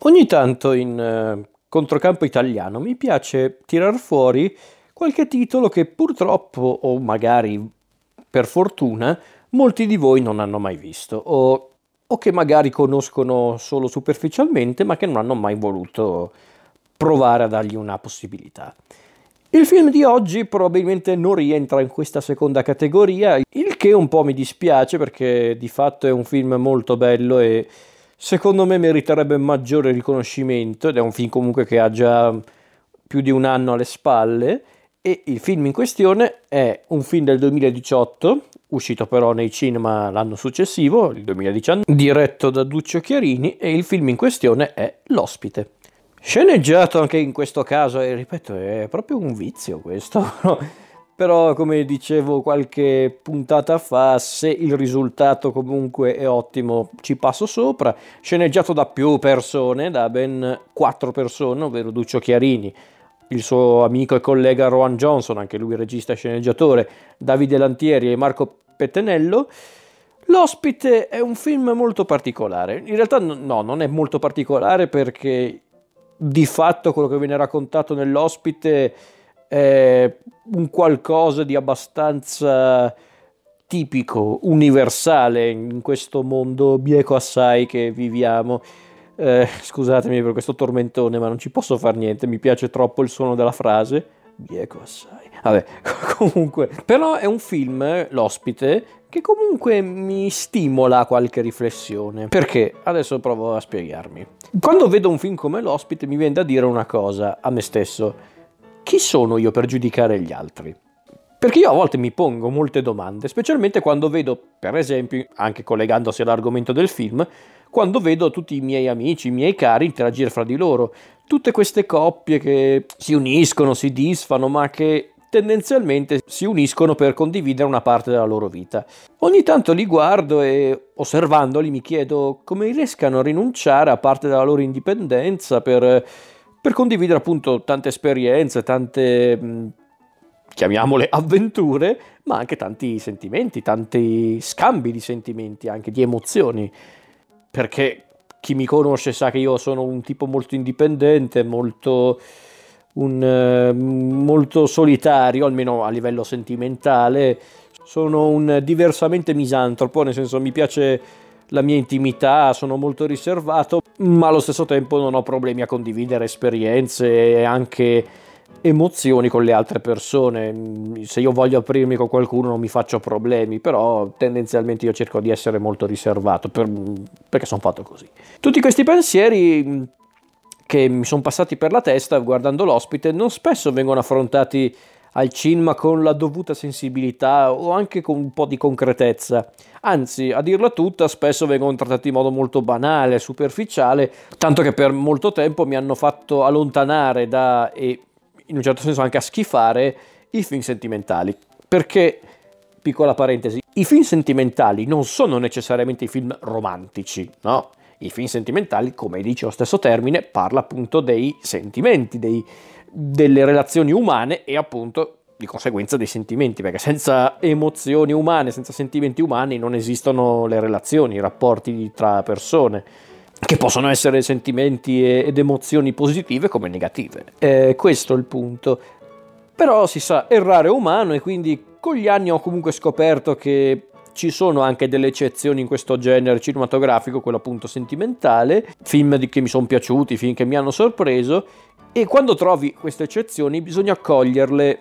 Ogni tanto in controcampo italiano mi piace tirar fuori qualche titolo che purtroppo, o magari per fortuna, molti di voi non hanno mai visto, o che magari conoscono solo superficialmente, ma che non hanno mai voluto provare a dargli una possibilità. Il film di oggi probabilmente non rientra in questa seconda categoria, il che un po' mi dispiace perché di fatto è un film molto bello e secondo me meriterebbe maggiore riconoscimento ed è un film comunque che ha già più di un anno alle spalle e il film in questione è un film del 2018, uscito però nei cinema l'anno successivo, il 2019, diretto da Duccio Chiarini e il film in questione è L'Ospite. Sceneggiato anche in questo caso, e ripeto, è proprio un vizio questo, però come dicevo qualche puntata fa, se il risultato comunque è ottimo ci passo sopra. Sceneggiato da più persone, da ben 4 persone, ovvero Duccio Chiarini, il suo amico e collega Rowan Johnson, anche lui regista e sceneggiatore, Davide Lantieri e Marco Pettenello. L'Ospite è un film molto particolare, in realtà no, non è molto particolare perché di fatto quello che viene raccontato nell'Ospite è un qualcosa di abbastanza tipico, universale in questo mondo bieco assai che viviamo. Scusatemi per questo tormentone, ma non ci posso far niente, mi piace troppo il suono della frase. Bieco assai. Vabbè, comunque. Però è un film, L'Ospite, che comunque mi stimola a qualche riflessione. Perché? Adesso provo a spiegarmi. Quando vedo un film come L'Ospite mi viene da dire una cosa a me stesso. Chi sono io per giudicare gli altri? Perché io a volte mi pongo molte domande, specialmente quando vedo, per esempio, anche collegandosi all'argomento del film, quando vedo tutti i miei amici, i miei cari interagire fra di loro. Tutte queste coppie che si uniscono, si disfano, ma che tendenzialmente si uniscono per condividere una parte della loro vita. Ogni tanto li guardo e, osservandoli, mi chiedo come riescano a rinunciare a parte della loro indipendenza per condividere appunto tante esperienze, tante, chiamiamole avventure, ma anche tanti sentimenti, tanti scambi di sentimenti, anche di emozioni. Perché chi mi conosce sa che io sono un tipo molto indipendente, molto solitario, almeno a livello sentimentale. Sono un diversamente misantropo, nel senso mi piace la mia intimità, sono molto riservato, ma allo stesso tempo non ho problemi a condividere esperienze e anche emozioni con le altre persone. Se io voglio aprirmi con qualcuno non mi faccio problemi, però tendenzialmente io cerco di essere molto riservato perché sono fatto così. Tutti questi pensieri che mi sono passati per la testa guardando L'Ospite non spesso vengono affrontati al cinema con la dovuta sensibilità o anche con un po' di concretezza. Anzi, a dirla tutta, spesso vengono trattati in modo molto banale, superficiale, tanto che per molto tempo mi hanno fatto allontanare e in un certo senso anche a schifare i film sentimentali. Perché, piccola parentesi, i film sentimentali non sono necessariamente i film romantici, no? I film sentimentali, come dice lo stesso termine, parla appunto dei sentimenti, delle relazioni umane e appunto di conseguenza dei sentimenti, perché senza emozioni umane, senza sentimenti umani non esistono le relazioni, i rapporti tra persone, che possono essere sentimenti ed emozioni positive come negative. Questo è il punto. Però si sa, errare è umano e quindi con gli anni ho comunque scoperto che ci sono anche delle eccezioni in questo genere cinematografico, quello appunto sentimentale, film che mi sono piaciuti, film che mi hanno sorpreso, e quando trovi queste eccezioni bisogna coglierle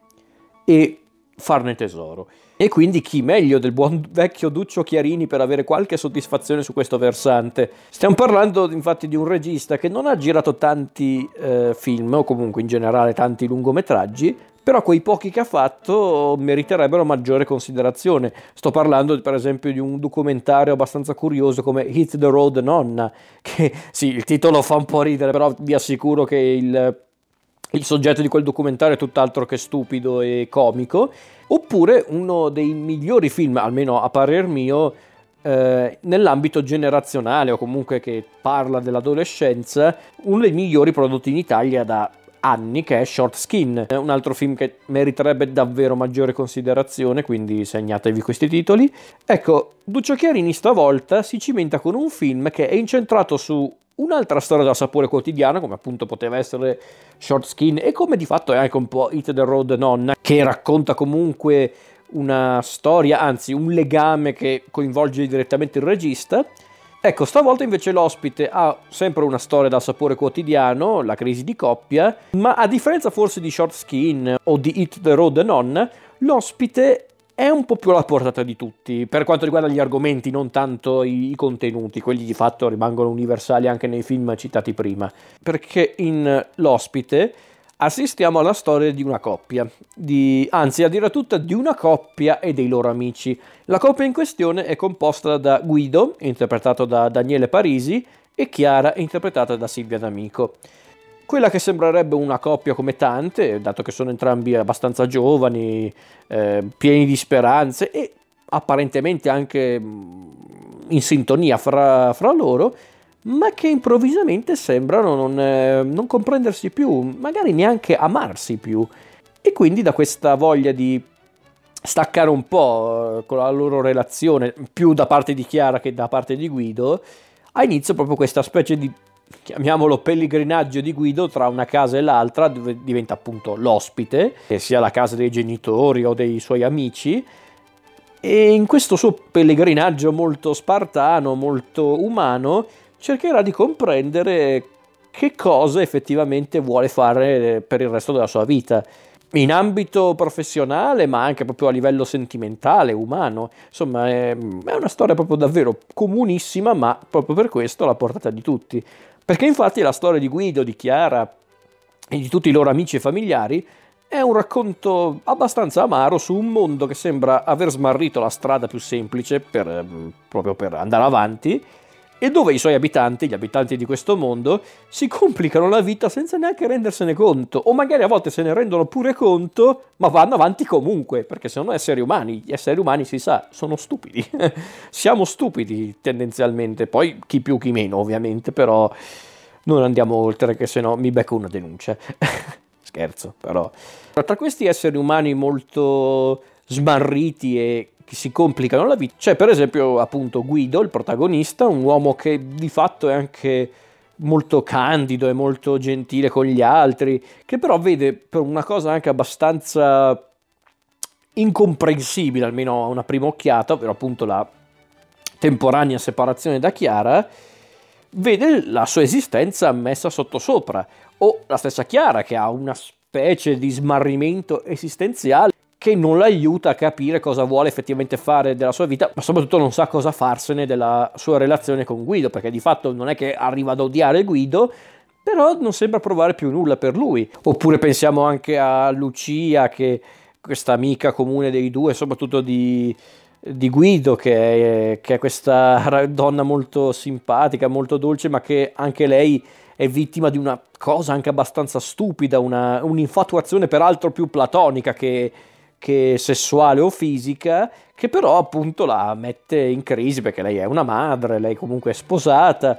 e farne tesoro. E quindi chi meglio del buon vecchio Duccio Chiarini per avere qualche soddisfazione su questo versante? Stiamo parlando infatti di un regista che non ha girato tanti film, o comunque in generale tanti lungometraggi, però quei pochi che ha fatto meriterebbero maggiore considerazione. Sto parlando per esempio di un documentario abbastanza curioso come Hit the Road Nonna, che sì, il titolo fa un po' ridere, però vi assicuro che il soggetto di quel documentario è tutt'altro che stupido e comico. Oppure uno dei migliori film, almeno a parer mio, nell'ambito generazionale o comunque che parla dell'adolescenza, uno dei migliori prodotti in Italia da anni, che è Short Skin, un altro film che meriterebbe davvero maggiore considerazione, quindi segnatevi questi titoli. Ecco, Duccio Chiarini stavolta si cimenta con un film che è incentrato su un'altra storia da sapore quotidiano, come appunto poteva essere Short Skin, e come di fatto è anche un po' Hit the Road Nonna, che racconta comunque una storia, anzi un legame che coinvolge direttamente il regista. Ecco, stavolta invece l'ospite ha sempre una storia da sapore quotidiano, la crisi di coppia, ma a differenza forse di Short Skin o di Hit the Road Nonna, l'ospite è un po' più alla portata di tutti, per quanto riguarda gli argomenti, non tanto i contenuti, quelli di fatto rimangono universali anche nei film citati prima, perché in L'ospite assistiamo alla storia di una coppia, anzi a dire tutta di una coppia e dei loro amici. La coppia in questione è composta da Guido, interpretato da Daniele Parisi, e Chiara, interpretata da Silvia D'Amico. Quella che sembrerebbe una coppia come tante, dato che sono entrambi abbastanza giovani, pieni di speranze e apparentemente anche in sintonia fra loro, ma che improvvisamente sembrano non comprendersi più, magari neanche amarsi più. E quindi da questa voglia di staccare un po' con la loro relazione, più da parte di Chiara che da parte di Guido, ha inizio proprio questa specie di, chiamiamolo, pellegrinaggio di Guido tra una casa e l'altra, dove diventa appunto l'ospite, che sia la casa dei genitori o dei suoi amici, e in questo suo pellegrinaggio molto spartano, molto umano, cercherà di comprendere che cosa effettivamente vuole fare per il resto della sua vita, in ambito professionale, ma anche proprio a livello sentimentale, umano. Insomma, è una storia proprio davvero comunissima, ma proprio per questo alla portata di tutti. Perché infatti la storia di Guido, di Chiara e di tutti i loro amici e familiari è un racconto abbastanza amaro su un mondo che sembra aver smarrito la strada più semplice proprio per andare avanti, e dove i suoi abitanti, gli abitanti di questo mondo, si complicano la vita senza neanche rendersene conto, o magari a volte se ne rendono pure conto, ma vanno avanti comunque, perché sono esseri umani, gli esseri umani si sa, sono stupidi, siamo stupidi tendenzialmente, poi chi più chi meno ovviamente, però non andiamo oltre che se no mi becco una denuncia, scherzo però. Tra questi esseri umani molto smarriti e che si complicano la vita, c'è per esempio appunto Guido, il protagonista, un uomo che di fatto è anche molto candido e molto gentile con gli altri, che però vede per una cosa anche abbastanza incomprensibile, almeno a una prima occhiata, ovvero appunto la temporanea separazione da Chiara, vede la sua esistenza messa sottosopra, o la stessa Chiara che ha una specie di smarrimento esistenziale che non l'aiuta a capire cosa vuole effettivamente fare della sua vita, ma soprattutto non sa cosa farsene della sua relazione con Guido, perché di fatto non è che arriva ad odiare Guido, però non sembra provare più nulla per lui. Oppure pensiamo anche a Lucia, che questa amica comune dei due, soprattutto di Guido, che è questa donna molto simpatica, molto dolce, ma che anche lei è vittima di una cosa anche abbastanza stupida, un'infatuazione peraltro più platonica che sessuale o fisica, che però appunto la mette in crisi perché lei è una madre, lei comunque è sposata.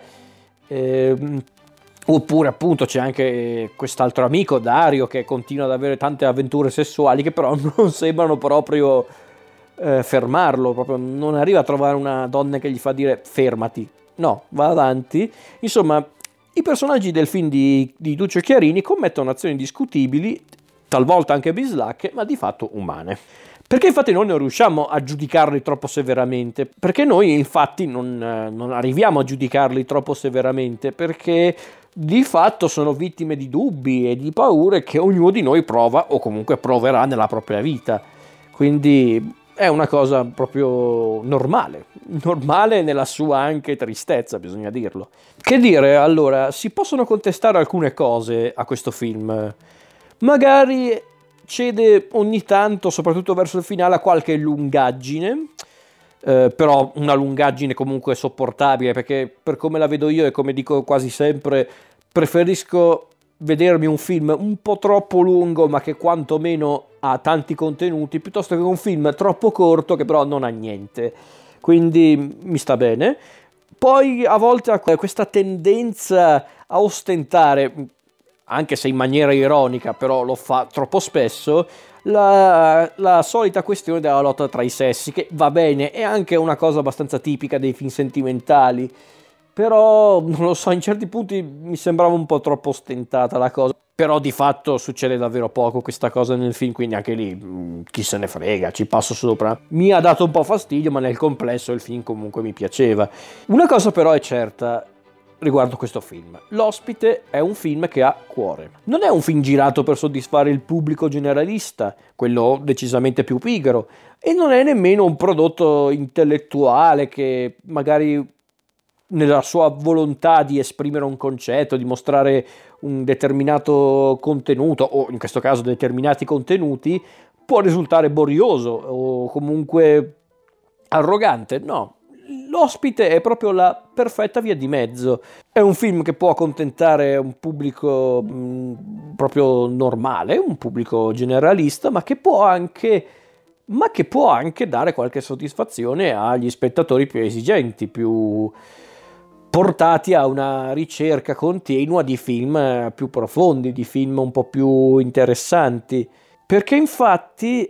Oppure appunto c'è anche quest'altro amico, Dario, che continua ad avere tante avventure sessuali che però non sembrano proprio fermarlo, proprio non arriva a trovare una donna che gli fa dire fermati, no, va avanti. Insomma, i personaggi del film di Duccio Chiarini commettono azioni discutibili, talvolta anche bislacche, ma di fatto umane. Perché infatti noi non riusciamo a giudicarli troppo severamente, perché noi infatti non arriviamo a giudicarli troppo severamente, perché di fatto sono vittime di dubbi e di paure che ognuno di noi prova o comunque proverà nella propria vita. Quindi è una cosa proprio normale nella sua anche tristezza, bisogna dirlo. Che dire, allora, si possono contestare alcune cose a questo film. Magari cede ogni tanto, soprattutto verso il finale, a qualche lungaggine, però una lungaggine comunque sopportabile, perché per come la vedo io e come dico quasi sempre, preferisco vedermi un film un po' troppo lungo ma che quantomeno ha tanti contenuti, piuttosto che un film troppo corto che però non ha niente, quindi mi sta bene. Poi a volte ha questa tendenza a ostentare, anche se in maniera ironica, però lo fa troppo spesso, la solita questione della lotta tra i sessi, che va bene, è anche una cosa abbastanza tipica dei film sentimentali, però non lo so, in certi punti mi sembrava un po' troppo ostentata la cosa. Però di fatto succede davvero poco questa cosa nel film, quindi anche lì chi se ne frega, ci passo sopra. Mi ha dato un po' fastidio, ma nel complesso il film comunque mi piaceva. Una cosa però è certa riguardo questo film: L'ospite è un film che ha cuore. Non è un film girato per soddisfare il pubblico generalista, quello decisamente più pigro, e non è nemmeno un prodotto intellettuale che magari nella sua volontà di esprimere un concetto, di mostrare un determinato contenuto, o in questo caso determinati contenuti, può risultare borioso o comunque arrogante. No, L'ospite è proprio la perfetta via di mezzo. È un film che può accontentare un pubblico proprio normale, un pubblico generalista, ma che può anche dare qualche soddisfazione agli spettatori più esigenti, più portati a una ricerca continua di film più profondi, di film un po' più interessanti. Perché infatti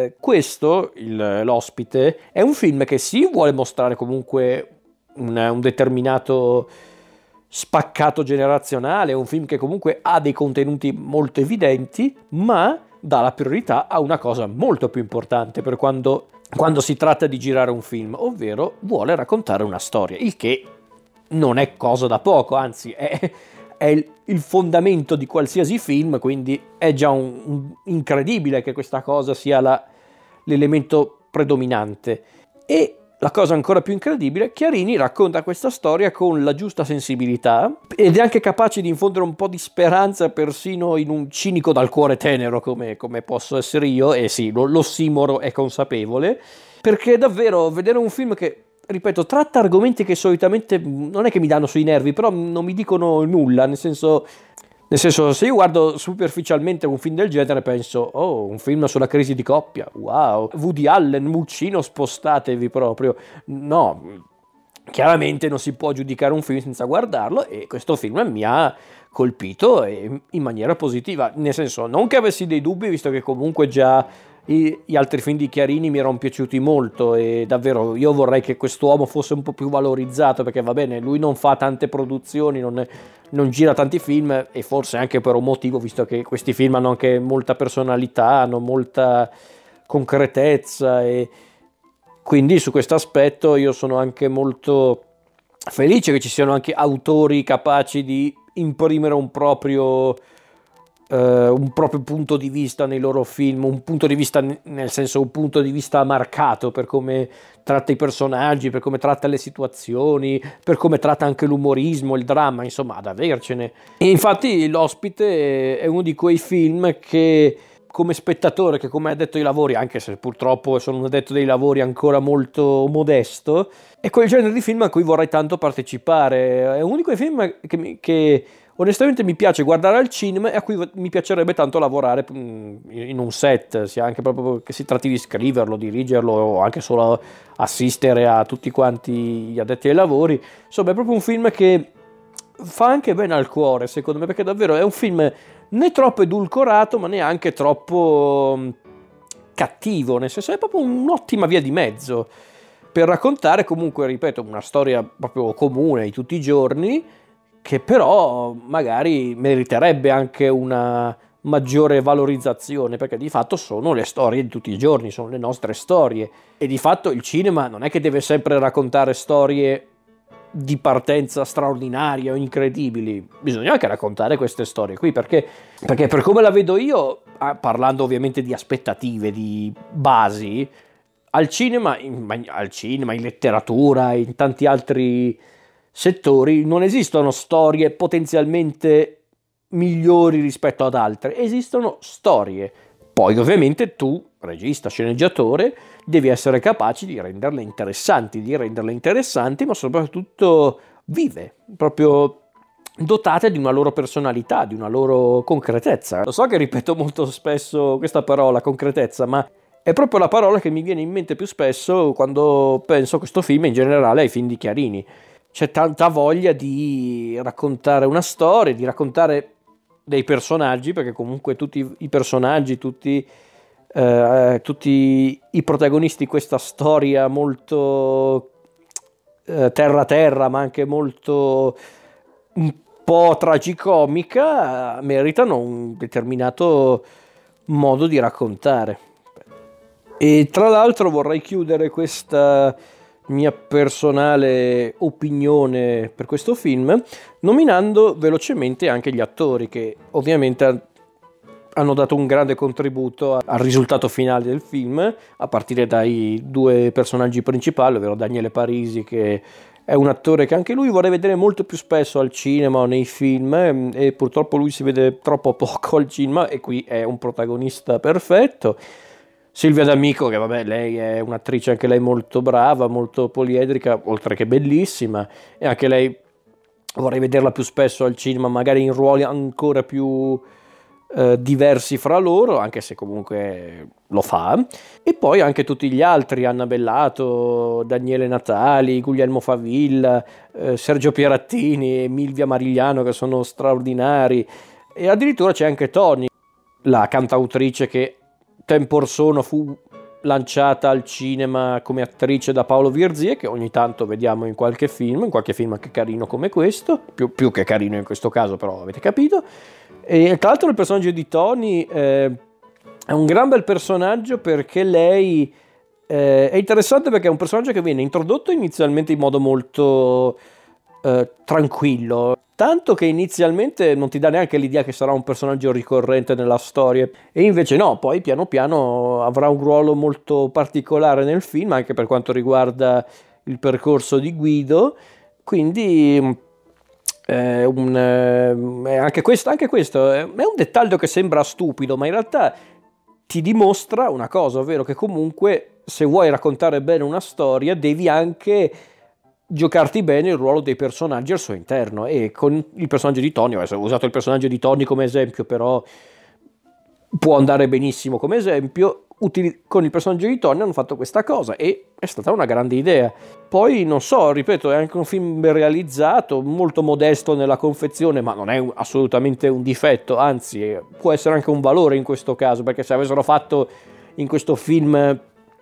L'ospite, è un film che sì vuole mostrare comunque un determinato spaccato generazionale, è un film che comunque ha dei contenuti molto evidenti, ma dà la priorità a una cosa molto più importante per quando si tratta di girare un film, ovvero vuole raccontare una storia, il che non è cosa da poco, anzi è il fondamento di qualsiasi film, quindi è già incredibile che questa cosa sia l'elemento predominante. E la cosa ancora più incredibile, Chiarini racconta questa storia con la giusta sensibilità ed è anche capace di infondere un po' di speranza persino in un cinico dal cuore tenero come posso essere io, e sì, l'ossimoro è consapevole, perché davvero vedere un film che, ripeto, tratta argomenti che solitamente non è che mi danno sui nervi, però non mi dicono nulla, nel senso, se io guardo superficialmente un film del genere penso, oh, un film sulla crisi di coppia, wow, Woody Allen, Muccino, spostatevi proprio. No, chiaramente non si può giudicare un film senza guardarlo, e questo film mi ha colpito in maniera positiva, nel senso, non che avessi dei dubbi, visto che comunque già gli altri film di Chiarini mi erano piaciuti molto, e davvero io vorrei che quest'uomo fosse un po' più valorizzato, perché va bene, lui non fa tante produzioni, non gira tanti film, e forse anche per un motivo, visto che questi film hanno anche molta personalità, hanno molta concretezza, e quindi su questo aspetto io sono anche molto felice che ci siano anche autori capaci di imprimere un proprio punto di vista nei loro film, un punto di vista nel senso un punto di vista marcato per come tratta i personaggi, per come tratta le situazioni, per come tratta anche l'umorismo, il dramma, insomma, ad avercene. E infatti L'ospite è uno di quei film che, come spettatore, che come addetto ai lavori, anche se purtroppo sono un addetto dei lavori ancora molto modesto, è quel genere di film a cui vorrei tanto partecipare. È uno di quei film che onestamente mi piace guardare al cinema e a cui mi piacerebbe tanto lavorare in un set, sia anche proprio che si tratti di scriverlo, dirigerlo o anche solo assistere a tutti quanti gli addetti ai lavori. Insomma, è proprio un film che fa anche bene al cuore, secondo me, perché davvero è un film né troppo edulcorato ma neanche troppo cattivo, nel senso è proprio un'ottima via di mezzo per raccontare comunque, ripeto, una storia proprio comune di tutti i giorni, che però magari meriterebbe anche una maggiore valorizzazione, perché di fatto sono le storie di tutti i giorni, sono le nostre storie, e di fatto il cinema non è che deve sempre raccontare storie di partenza straordinarie o incredibili, bisogna anche raccontare queste storie qui, perché per come la vedo io, parlando ovviamente di aspettative, di basi, al cinema, in letteratura, in tanti altri settori, non esistono storie potenzialmente migliori rispetto ad altre, esistono storie. Poi ovviamente tu, regista, sceneggiatore, devi essere capace di renderle interessanti, ma soprattutto vive, proprio dotate di una loro personalità, di una loro concretezza. Lo so che ripeto molto spesso questa parola, concretezza, ma è proprio la parola che mi viene in mente più spesso quando penso a questo film e in generale ai film di Chiarini. C'è tanta voglia di raccontare una storia, di raccontare dei personaggi, perché comunque tutti i personaggi, tutti i protagonisti di questa storia molto terra terra, ma anche molto un po' tragicomica, meritano un determinato modo di raccontare. E tra l'altro vorrei chiudere questa mia personale opinione per questo film nominando velocemente anche gli attori che ovviamente hanno dato un grande contributo al risultato finale del film, a partire dai due personaggi principali, ovvero Daniele Parisi, che è un attore che anche lui vorrei vedere molto più spesso al cinema o nei film, e purtroppo lui si vede troppo poco al cinema e qui è un protagonista perfetto. Silvia D'Amico, che vabbè, lei è un'attrice anche lei molto brava, molto poliedrica, oltre che bellissima, e anche lei vorrei vederla più spesso al cinema, magari in ruoli ancora più diversi fra loro, anche se comunque lo fa. E poi anche tutti gli altri, Anna Bellato, Daniele Natali, Guglielmo Favilla, Sergio Pierattini, Milvia Marigliano, che sono straordinari, e addirittura c'è anche Toni, la cantautrice che tempor sono fu lanciata al cinema come attrice da Paolo Virzì, che ogni tanto vediamo in qualche film anche carino come questo, più che carino in questo caso, però avete capito. E tra l'altro il personaggio di Toni è un gran bel personaggio, perché lei è interessante, perché è un personaggio che viene introdotto inizialmente in modo molto tranquillo, tanto che inizialmente non ti dà neanche l'idea che sarà un personaggio ricorrente nella storia, e invece no, poi piano piano avrà un ruolo molto particolare nel film anche per quanto riguarda il percorso di Guido. Quindi anche questo è un dettaglio che sembra stupido, ma in realtà ti dimostra una cosa, ovvero che comunque se vuoi raccontare bene una storia devi anche giocarti bene il ruolo dei personaggi al suo interno, e con il personaggio di Tony, ho usato il personaggio di Tony come esempio, però può andare benissimo come esempio, con il personaggio di Tony hanno fatto questa cosa e è stata una grande idea. Poi non so, ripeto, è anche un film ben realizzato, molto modesto nella confezione, ma non è assolutamente un difetto, anzi può essere anche un valore in questo caso, perché se avessero fatto in questo film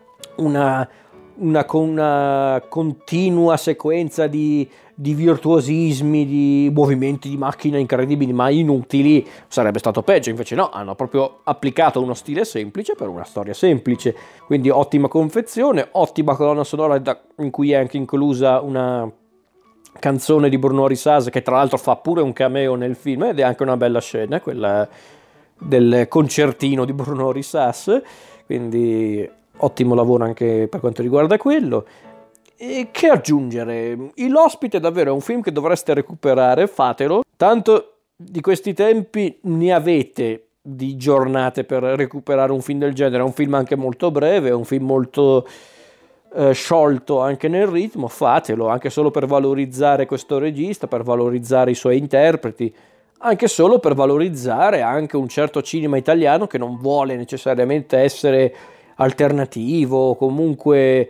una continua sequenza di virtuosismi, di movimenti di macchina incredibili ma inutili, sarebbe stato peggio. Invece no, hanno proprio applicato uno stile semplice per una storia semplice, quindi ottima confezione, ottima colonna sonora in cui è anche inclusa una canzone di Bruno Risas, che tra l'altro fa pure un cameo nel film, ed è anche una bella scena quella del concertino di Bruno Risas, quindi ottimo lavoro anche per quanto riguarda quello. E che aggiungere? L'ospite davvero è un film che dovreste recuperare, fatelo, tanto di questi tempi ne avete di giornate per recuperare un film del genere. È un film anche molto breve, è un film molto sciolto anche nel ritmo, fatelo anche solo per valorizzare questo regista, per valorizzare i suoi interpreti, anche solo per valorizzare anche un certo cinema italiano che non vuole necessariamente essere alternativo o comunque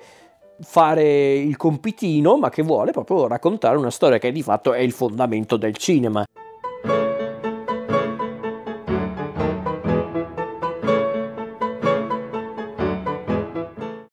fare il compitino, ma che vuole proprio raccontare una storia che di fatto è il fondamento del cinema.